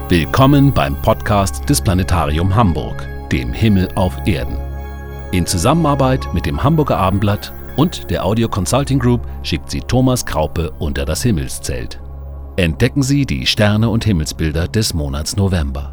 Willkommen beim Podcast des Planetarium Hamburg, dem Himmel auf Erden. In Zusammenarbeit mit dem Hamburger Abendblatt und der Audio Consulting Group schickt sie Thomas Kraupe unter das Himmelszelt. Entdecken Sie die Sterne und Himmelsbilder des Monats November.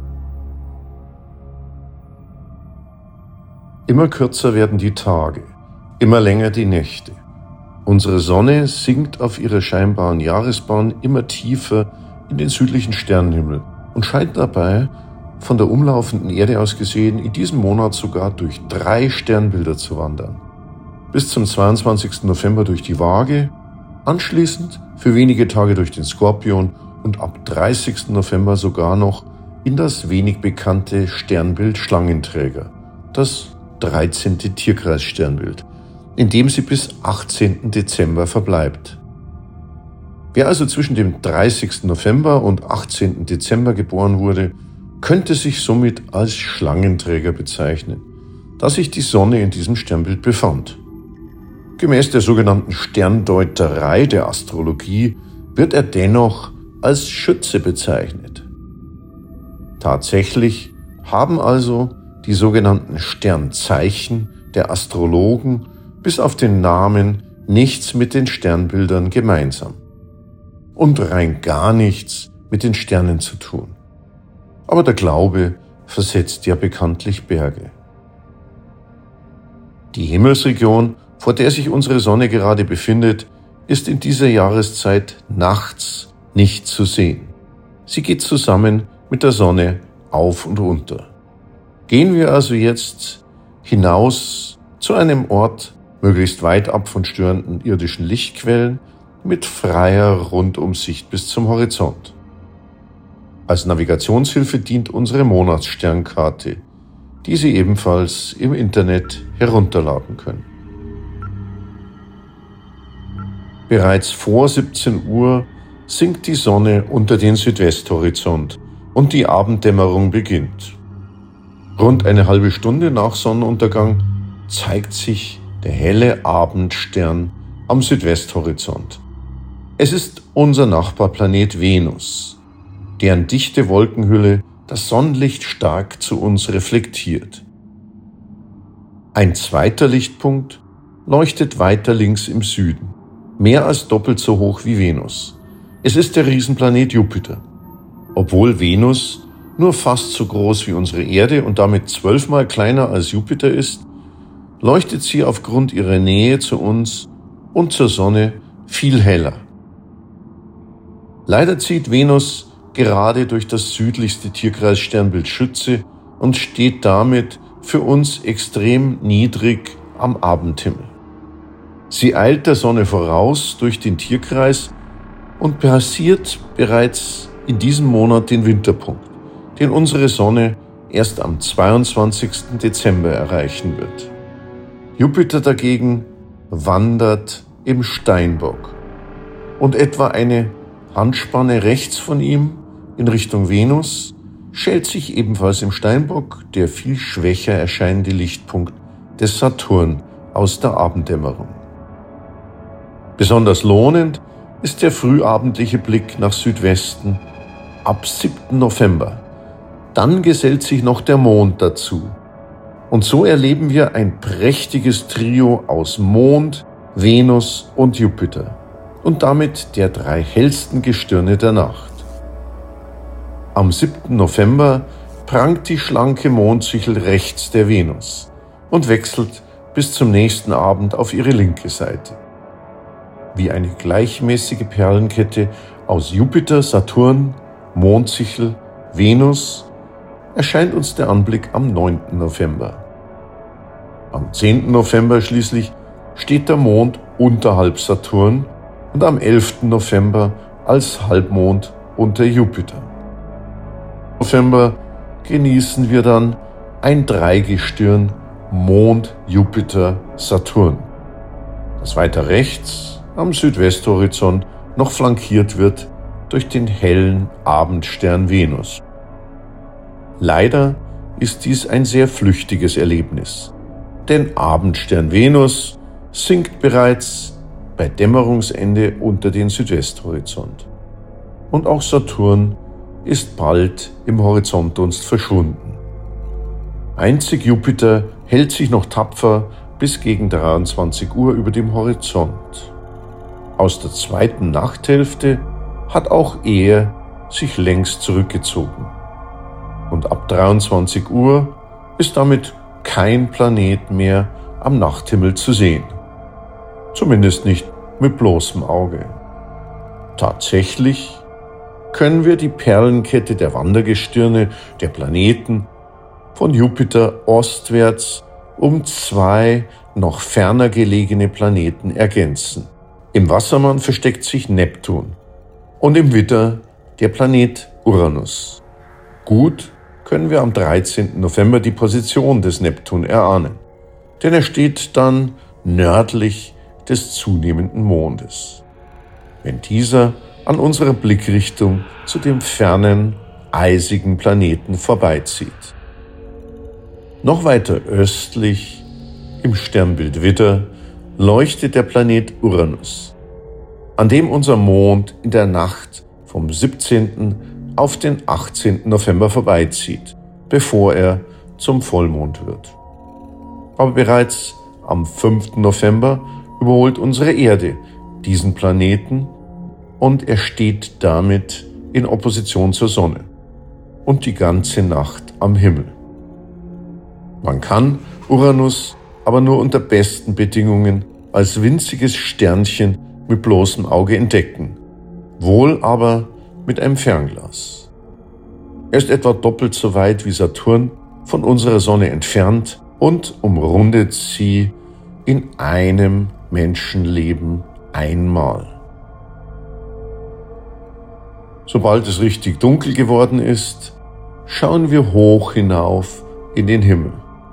Immer kürzer werden die Tage, immer länger die Nächte. Unsere Sonne sinkt auf ihrer scheinbaren Jahresbahn immer tiefer in den südlichen Sternenhimmel und scheint dabei, von der umlaufenden Erde aus gesehen, in diesem Monat sogar durch 3 Sternbilder zu wandern. Bis zum 22. November durch die Waage, anschließend für wenige Tage durch den Skorpion und ab 30. November sogar noch in das wenig bekannte Sternbild Schlangenträger, das 13. Tierkreissternbild, in dem sie bis 18. Dezember verbleibt. Wer also zwischen dem 30. November und 18. Dezember geboren wurde, könnte sich somit als Schlangenträger bezeichnen, da sich die Sonne in diesem Sternbild befand. Gemäß der sogenannten Sterndeuterei der Astrologie wird er dennoch als Schütze bezeichnet. Tatsächlich haben also die sogenannten Sternzeichen der Astrologen bis auf den Namen nichts mit den Sternbildern gemeinsam und rein gar nichts mit den Sternen zu tun. Aber der Glaube versetzt ja bekanntlich Berge. Die Himmelsregion, vor der sich unsere Sonne gerade befindet, ist in dieser Jahreszeit nachts nicht zu sehen. Sie geht zusammen mit der Sonne auf und unter. Gehen wir also jetzt hinaus zu einem Ort, möglichst weit ab von störenden irdischen Lichtquellen, mit freier Rundumsicht bis zum Horizont. Als Navigationshilfe dient unsere Monatssternkarte, die Sie ebenfalls im Internet herunterladen können. Bereits vor 17 Uhr sinkt die Sonne unter den Südwesthorizont und die Abenddämmerung beginnt. Rund eine halbe Stunde nach Sonnenuntergang zeigt sich der helle Abendstern am Südwesthorizont. Es ist unser Nachbarplanet Venus, deren dichte Wolkenhülle das Sonnenlicht stark zu uns reflektiert. Ein zweiter Lichtpunkt leuchtet weiter links im Süden, mehr als doppelt so hoch wie Venus. Es ist der Riesenplanet Jupiter. Obwohl Venus nur fast so groß wie unsere Erde und damit 12-mal kleiner als Jupiter ist, leuchtet sie aufgrund ihrer Nähe zu uns und zur Sonne viel heller. Leider zieht Venus gerade durch das südlichste Tierkreissternbild Schütze und steht damit für uns extrem niedrig am Abendhimmel. Sie eilt der Sonne voraus durch den Tierkreis und passiert bereits in diesem Monat den Winterpunkt, den unsere Sonne erst am 22. Dezember erreichen wird. Jupiter dagegen wandert im Steinbock und etwa eine Handspanne rechts von ihm in Richtung Venus schält sich ebenfalls im Steinbock der viel schwächer erscheinende Lichtpunkt des Saturn aus der Abenddämmerung. Besonders lohnend ist der frühabendliche Blick nach Südwesten ab 7. November. Dann gesellt sich noch der Mond dazu. Und so erleben wir ein prächtiges Trio aus Mond, Venus und Jupiter und damit der 3 hellsten Gestirne der Nacht. Am 7. November prangt die schlanke Mondsichel rechts der Venus und wechselt bis zum nächsten Abend auf ihre linke Seite. Wie eine gleichmäßige Perlenkette aus Jupiter, Saturn, Mondsichel, Venus erscheint uns der Anblick am 9. November. Am 10. November schließlich steht der Mond unterhalb Saturn und am 11. November als Halbmond unter Jupiter. Im November genießen wir dann ein Dreigestirn Mond, Jupiter, Saturn, das weiter rechts am Südwesthorizont noch flankiert wird durch den hellen Abendstern Venus. Leider ist dies ein sehr flüchtiges Erlebnis, denn Abendstern Venus sinkt bereits bei Dämmerungsende unter den Südwesthorizont. Und auch Saturn ist bald im Horizontdunst verschwunden. Einzig Jupiter hält sich noch tapfer bis gegen 23 Uhr über dem Horizont. Aus der zweiten Nachthälfte hat auch er sich längst zurückgezogen. Und ab 23 Uhr ist damit kein Planet mehr am Nachthimmel zu sehen. Zumindest nicht mit bloßem Auge. Tatsächlich können wir die Perlenkette der Wandergestirne der Planeten von Jupiter ostwärts um 2 noch ferner gelegene Planeten ergänzen. Im Wassermann versteckt sich Neptun und im Widder der Planet Uranus. Gut können wir am 13. November die Position des Neptun erahnen, denn er steht dann nördlich des zunehmenden Mondes. Wenn dieser an unserer Blickrichtung zu dem fernen, eisigen Planeten vorbeizieht. Noch weiter östlich, im Sternbild Widder, leuchtet der Planet Uranus, an dem unser Mond in der Nacht vom 17. auf den 18. November vorbeizieht, bevor er zum Vollmond wird. Aber bereits am 5. November überholt unsere Erde diesen Planeten und er steht damit in Opposition zur Sonne und die ganze Nacht am Himmel. Man kann Uranus aber nur unter besten Bedingungen als winziges Sternchen mit bloßem Auge entdecken, wohl aber mit einem Fernglas. Er ist etwa doppelt so weit wie Saturn von unserer Sonne entfernt und umrundet sie in einem Menschenleben einmal. Sobald es richtig dunkel geworden ist, schauen wir hoch hinauf in den Himmel.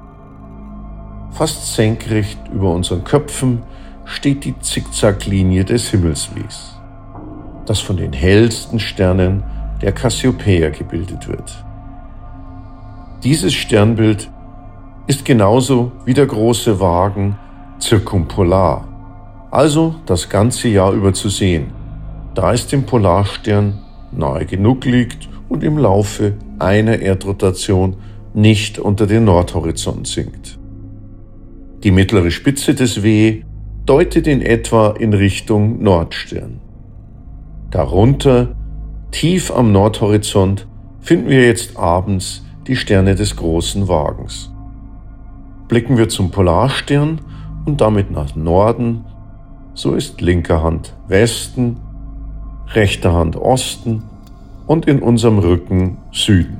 Fast senkrecht über unseren Köpfen steht die Zickzacklinie des Himmelswegs, das von den hellsten Sternen der Cassiopeia gebildet wird. Dieses Sternbild ist genauso wie der große Wagen zirkumpolar, also das ganze Jahr über zu sehen, da es dem Polarstern nahe genug liegt und im Laufe einer Erdrotation nicht unter den Nordhorizont sinkt. Die mittlere Spitze des W deutet in etwa in Richtung Nordstern. Darunter, tief am Nordhorizont, finden wir jetzt abends die Sterne des großen Wagens. Blicken wir zum Polarstern und damit nach Norden, so ist linker Hand Westen, rechter Hand Osten und in unserem Rücken Süden.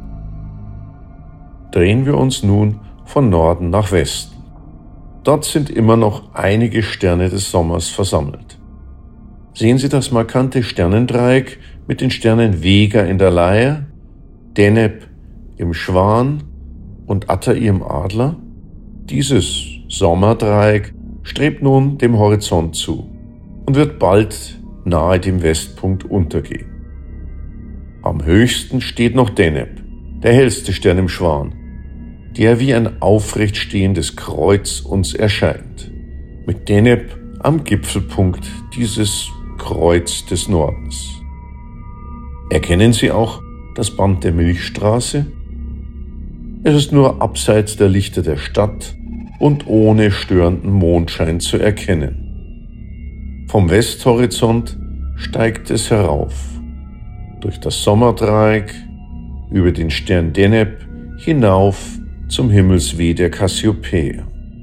Drehen wir uns nun von Norden nach Westen. Dort sind immer noch einige Sterne des Sommers versammelt. Sehen Sie das markante Sternendreieck mit den Sternen Vega in der Leier, Deneb im Schwan und Attai im Adler? Dieses Sommerdreieck strebt nun dem Horizont zu und wird bald nahe dem Westpunkt untergehen. Am höchsten steht noch Deneb, der hellste Stern im Schwan, der wie ein aufrecht stehendes Kreuz uns erscheint, mit Deneb am Gipfelpunkt dieses Kreuz des Nordens. Erkennen Sie auch das Band der Milchstraße? Es ist nur abseits der Lichter der Stadt und ohne störenden Mondschein zu erkennen. Vom Westhorizont steigt es herauf, durch das Sommerdreieck, über den Stern Deneb hinauf zum Himmelsweh der Cassiopeia.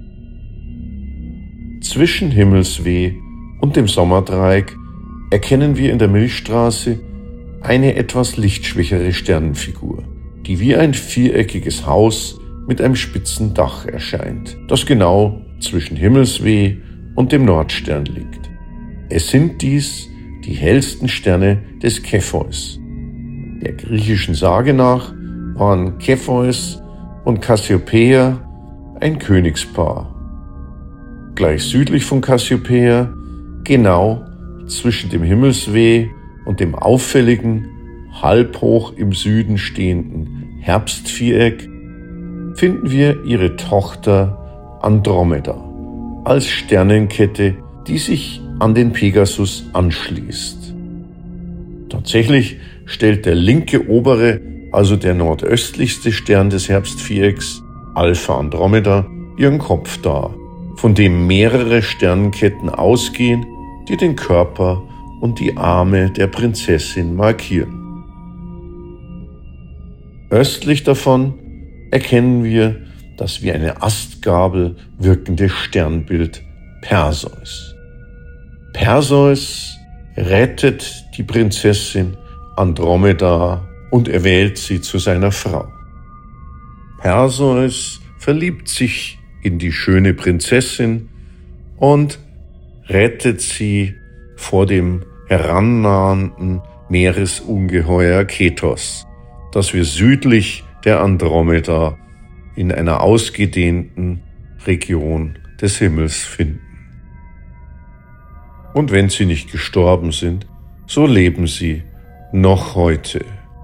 Zwischen Himmelsweh und dem Sommerdreieck erkennen wir in der Milchstraße eine etwas lichtschwächere Sternenfigur, die wie ein viereckiges Haus mit einem spitzen Dach erscheint, das genau zwischen Himmelsweh und dem Nordstern liegt. Es sind dies die hellsten Sterne des Kepheus. Der griechischen Sage nach waren Kepheus und Cassiopeia ein Königspaar. Gleich südlich von Cassiopeia, genau zwischen dem Himmelsweh und dem auffälligen, halbhoch im Süden stehenden Herbstviereck, finden wir ihre Tochter Andromeda als Sternenkette, die sich an den Pegasus anschließt. Tatsächlich stellt der linke obere, also der nordöstlichste Stern des Herbstvierecks, Alpha Andromeda, ihren Kopf dar, von dem mehrere Sternenketten ausgehen, die den Körper und die Arme der Prinzessin markieren. Östlich davon erkennen wir das wie eine Astgabel wirkende Sternbild Perseus. Perseus rettet die Prinzessin Andromeda und erwählt sie zu seiner Frau. Perseus verliebt sich in die schöne Prinzessin und rettet sie vor dem herannahenden Meeresungeheuer Ketos, das wir südlich der Andromeda in einer ausgedehnten Region des Himmels finden. Und wenn sie nicht gestorben sind, so leben sie noch heute.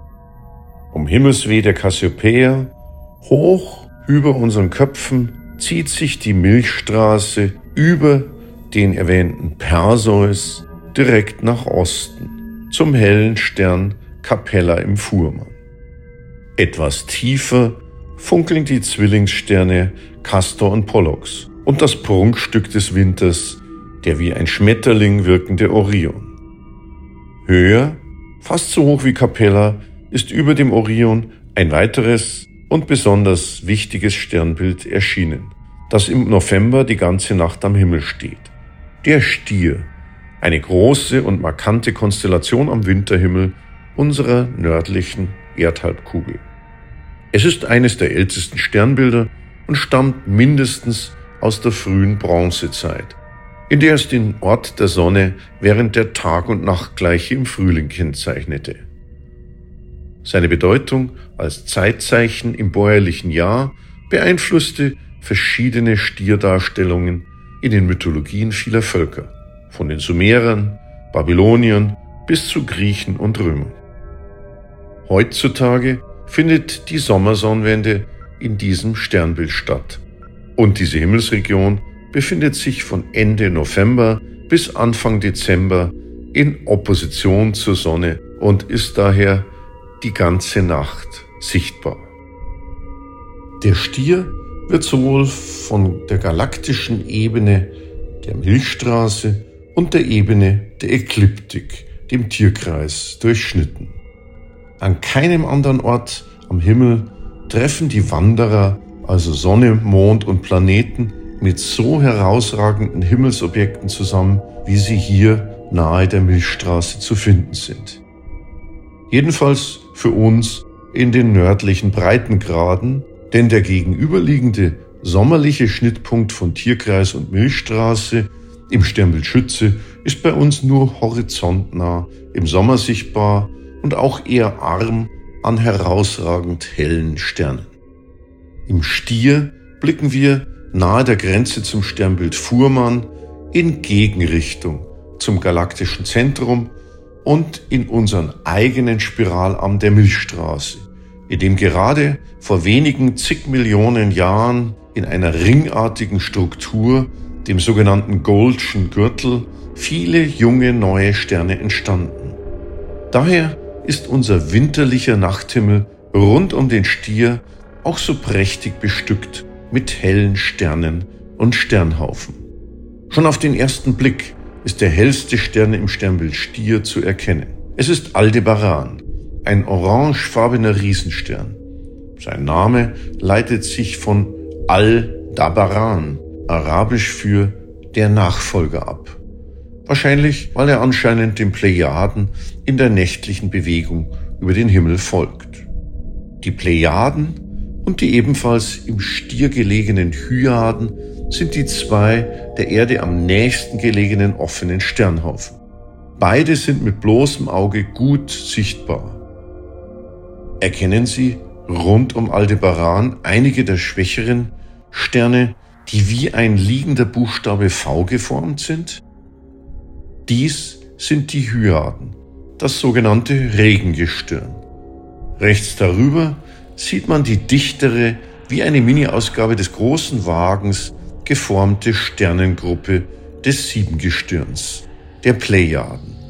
Um Himmelsweh der Cassiopeia, hoch über unseren Köpfen, zieht sich die Milchstraße über den erwähnten Perseus direkt nach Osten, zum hellen Stern Capella im Fuhrmann. Etwas tiefer funkeln die Zwillingssterne Castor und Pollux und das Prunkstück des Winters, der wie ein Schmetterling wirkende Orion. Höher, fast so hoch wie Capella, ist über dem Orion ein weiteres und besonders wichtiges Sternbild erschienen, das im November die ganze Nacht am Himmel steht. Der Stier, eine große und markante Konstellation am Winterhimmel unserer nördlichen Erdhalbkugel. Es ist eines der ältesten Sternbilder und stammt mindestens aus der frühen Bronzezeit, in der es den Ort der Sonne während der Tag- und Nachtgleiche im Frühling kennzeichnete. Seine Bedeutung als Zeitzeichen im bäuerlichen Jahr beeinflusste verschiedene Stierdarstellungen in den Mythologien vieler Völker, von den Sumerern, Babyloniern bis zu Griechen und Römern. Heutzutage findet die Sommersonnenwende in diesem Sternbild statt und diese Himmelsregion befindet sich von Ende November bis Anfang Dezember in Opposition zur Sonne und ist daher die ganze Nacht sichtbar. Der Stier wird sowohl von der galaktischen Ebene der Milchstraße und der Ebene der Ekliptik, dem Tierkreis, durchschnitten. An keinem anderen Ort am Himmel treffen die Wanderer, also Sonne, Mond und Planeten, mit so herausragenden Himmelsobjekten zusammen, wie sie hier nahe der Milchstraße zu finden sind. Jedenfalls für uns in den nördlichen Breitengraden, denn der gegenüberliegende sommerliche Schnittpunkt von Tierkreis und Milchstraße im Sternbild Schütze ist bei uns nur horizontnah im Sommer sichtbar und auch eher arm an herausragend hellen Sternen. Im Stier blicken wir nahe der Grenze zum Sternbild Fuhrmann in Gegenrichtung zum galaktischen Zentrum und in unseren eigenen Spiralarm der Milchstraße, in dem gerade vor wenigen zig Millionen Jahren in einer ringartigen Struktur, dem sogenannten Goldschen Gürtel, viele junge neue Sterne entstanden. Daher ist unser winterlicher Nachthimmel rund um den Stier auch so prächtig bestückt mit hellen Sternen und Sternhaufen. Schon auf den ersten Blick ist der hellste Stern im Sternbild Stier zu erkennen. Es ist Aldebaran, ein orangefarbener Riesenstern. Sein Name leitet sich von Al-Dabaran, arabisch für der Nachfolger, ab. Wahrscheinlich, weil er anscheinend den Plejaden in der nächtlichen Bewegung über den Himmel folgt. Die Plejaden und die ebenfalls im Stier gelegenen Hyaden sind die zwei der Erde am nächsten gelegenen offenen Sternhaufen. Beide sind mit bloßem Auge gut sichtbar. Erkennen Sie rund um Aldebaran einige der schwächeren Sterne, die wie ein liegender Buchstabe V geformt sind? Dies sind die Hyaden, das sogenannte Regengestirn. Rechts darüber sieht man die dichtere, wie eine Mini-Ausgabe des großen Wagens geformte Sternengruppe des Siebengestirns, der Plejaden.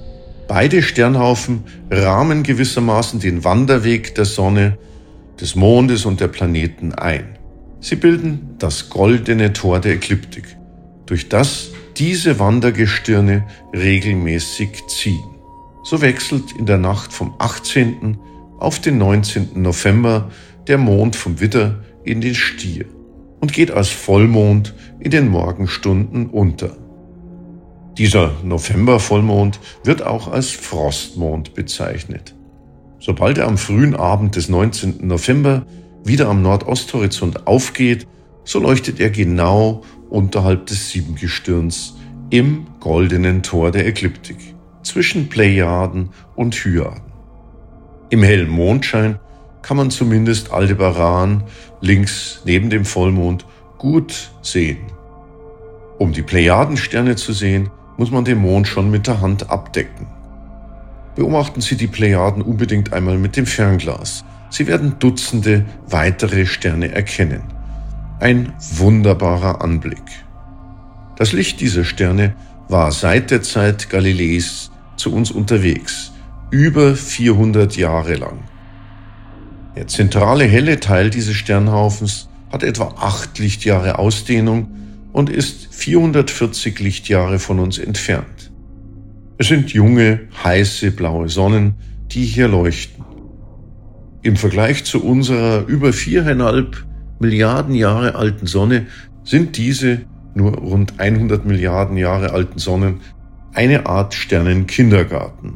Beide Sternhaufen rahmen gewissermaßen den Wanderweg der Sonne, des Mondes und der Planeten ein. Sie bilden das goldene Tor der Ekliptik, durch das diese Wandergestirne regelmäßig ziehen. So wechselt in der Nacht vom 18. auf den 19. November der Mond vom Widder in den Stier und geht als Vollmond in den Morgenstunden unter. Dieser November-Vollmond wird auch als Frostmond bezeichnet. Sobald er am frühen Abend des 19. November wieder am Nordosthorizont aufgeht, so leuchtet er genau unterhalb des Siebengestirns im goldenen Tor der Ekliptik, zwischen Plejaden und Hyaden. Im hellen Mondschein kann man zumindest Aldebaran links neben dem Vollmond gut sehen. Um die Plejadensterne zu sehen, muss man den Mond schon mit der Hand abdecken. Beobachten Sie die Plejaden unbedingt einmal mit dem Fernglas. Sie werden Dutzende weitere Sterne erkennen. Ein wunderbarer Anblick. Das Licht dieser Sterne war seit der Zeit Galileis zu uns unterwegs, über 400 Jahre lang. Der zentrale helle Teil dieses Sternhaufens hat etwa 8 Lichtjahre Ausdehnung und ist 440 Lichtjahre von uns entfernt. Es sind junge, heiße, blaue Sonnen, die hier leuchten. Im Vergleich zu unserer über 4,5 Milliarden Jahre alten Sonne sind diese nur rund 100 Milliarden Jahre alten Sonnen eine Art Sternenkindergarten.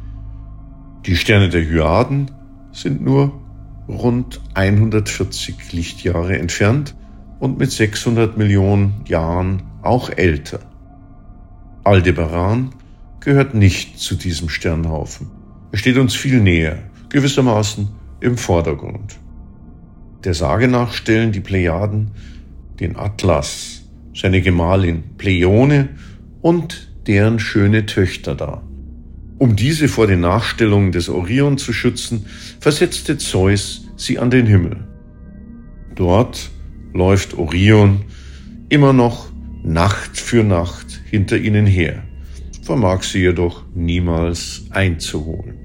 Die Sterne der Hyaden sind nur rund 140 Lichtjahre entfernt und mit 600 Millionen Jahren auch älter. Aldebaran gehört nicht zu diesem Sternhaufen. Er steht uns viel näher, gewissermaßen im Vordergrund. Der Sage nach stellen die Plejaden den Atlas, seine Gemahlin Pleione und deren schöne Töchter dar. Um diese vor den Nachstellungen des Orion zu schützen, versetzte Zeus sie an den Himmel. Dort läuft Orion immer noch Nacht für Nacht hinter ihnen her, vermag sie jedoch niemals einzuholen.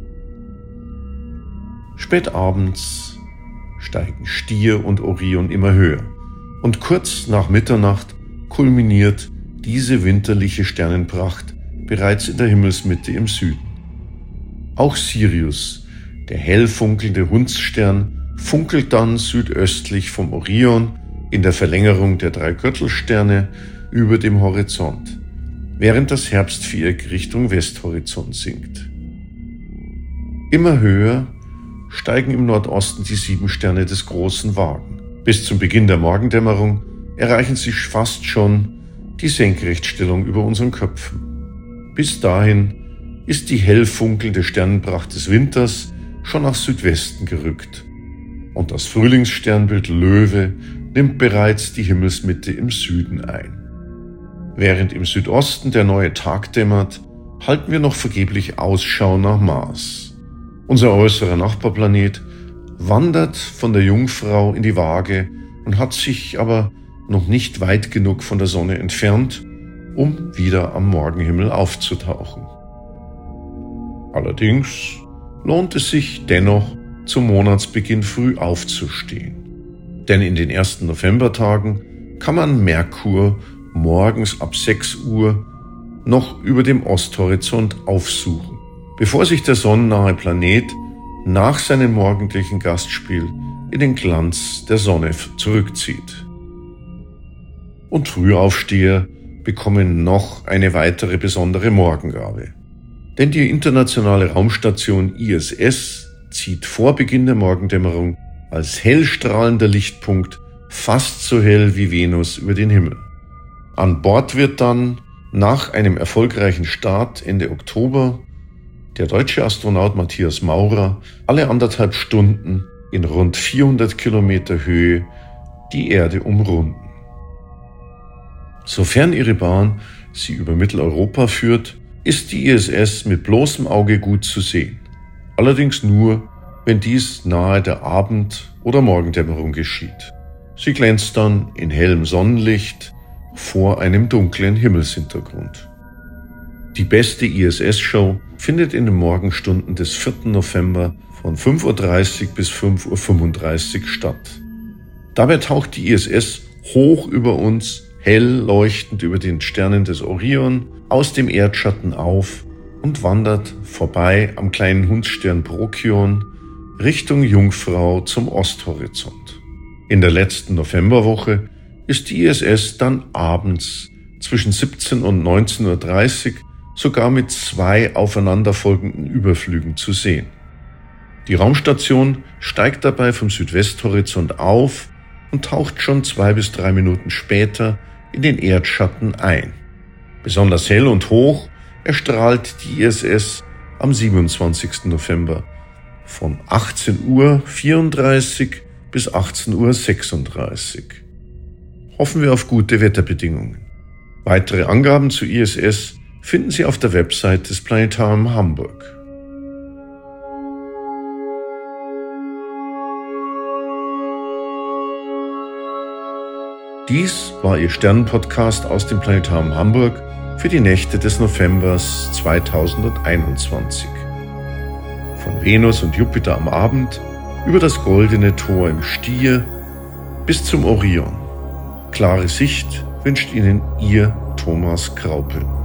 Spät abends steigen Stier und Orion immer höher und kurz nach Mitternacht kulminiert diese winterliche Sternenpracht bereits in der Himmelsmitte im Süden. Auch Sirius, der hell funkelnde Hundsstern, funkelt dann südöstlich vom Orion in der Verlängerung der 3 Gürtelsterne über dem Horizont, während das Herbstviereck Richtung Westhorizont sinkt. Immer höher steigen im Nordosten die 7 Sterne des großen Wagen. Bis zum Beginn der Morgendämmerung erreichen sie fast schon die Senkrechtstellung über unseren Köpfen. Bis dahin ist die hell funkelnde Sternenpracht des Winters schon nach Südwesten gerückt und das Frühlingssternbild Löwe nimmt bereits die Himmelsmitte im Süden ein. Während im Südosten der neue Tag dämmert, halten wir noch vergeblich Ausschau nach Mars. Unser äußerer Nachbarplanet wandert von der Jungfrau in die Waage und hat sich aber noch nicht weit genug von der Sonne entfernt, um wieder am Morgenhimmel aufzutauchen. Allerdings lohnt es sich dennoch, zum Monatsbeginn früh aufzustehen. Denn in den ersten Novembertagen kann man Merkur morgens ab 6 Uhr noch über dem Osthorizont aufsuchen, bevor sich der sonnennahe Planet nach seinem morgendlichen Gastspiel in den Glanz der Sonne zurückzieht. Und Frühaufsteher bekommen noch eine weitere besondere Morgengabe. Denn die internationale Raumstation ISS zieht vor Beginn der Morgendämmerung als hellstrahlender Lichtpunkt fast so hell wie Venus über den Himmel. An Bord wird dann nach einem erfolgreichen Start Ende Oktober der deutsche Astronaut Matthias Maurer alle 1,5 Stunden in rund 400 Kilometer Höhe die Erde umrunden. Sofern ihre Bahn sie über Mitteleuropa führt, ist die ISS mit bloßem Auge gut zu sehen. Allerdings nur, wenn dies nahe der Abend- oder Morgendämmerung geschieht. Sie glänzt dann in hellem Sonnenlicht vor einem dunklen Himmelshintergrund. Die beste ISS-Show findet in den Morgenstunden des 4. November von 5:30 Uhr bis 5:35 Uhr statt. Dabei taucht die ISS hoch über uns, hell leuchtend über den Sternen des Orion, aus dem Erdschatten auf und wandert vorbei am kleinen Hundsstern Procyon Richtung Jungfrau zum Osthorizont. In der letzten Novemberwoche ist die ISS dann abends zwischen 17 und 19:30 Uhr sogar mit 2 aufeinanderfolgenden Überflügen zu sehen. Die Raumstation steigt dabei vom Südwesthorizont auf und taucht schon 2 bis 3 Minuten später in den Erdschatten ein. Besonders hell und hoch erstrahlt die ISS am 27. November von 18:34 Uhr bis 18:36 Uhr. Hoffen wir auf gute Wetterbedingungen. Weitere Angaben zur ISS finden Sie auf der Website des Planetarium Hamburg. Dies war Ihr Sternenpodcast aus dem Planetarium Hamburg für die Nächte des Novembers 2021. Von Venus und Jupiter am Abend über das goldene Tor im Stier bis zum Orion. Klare Sicht wünscht Ihnen Ihr Thomas Kraupe.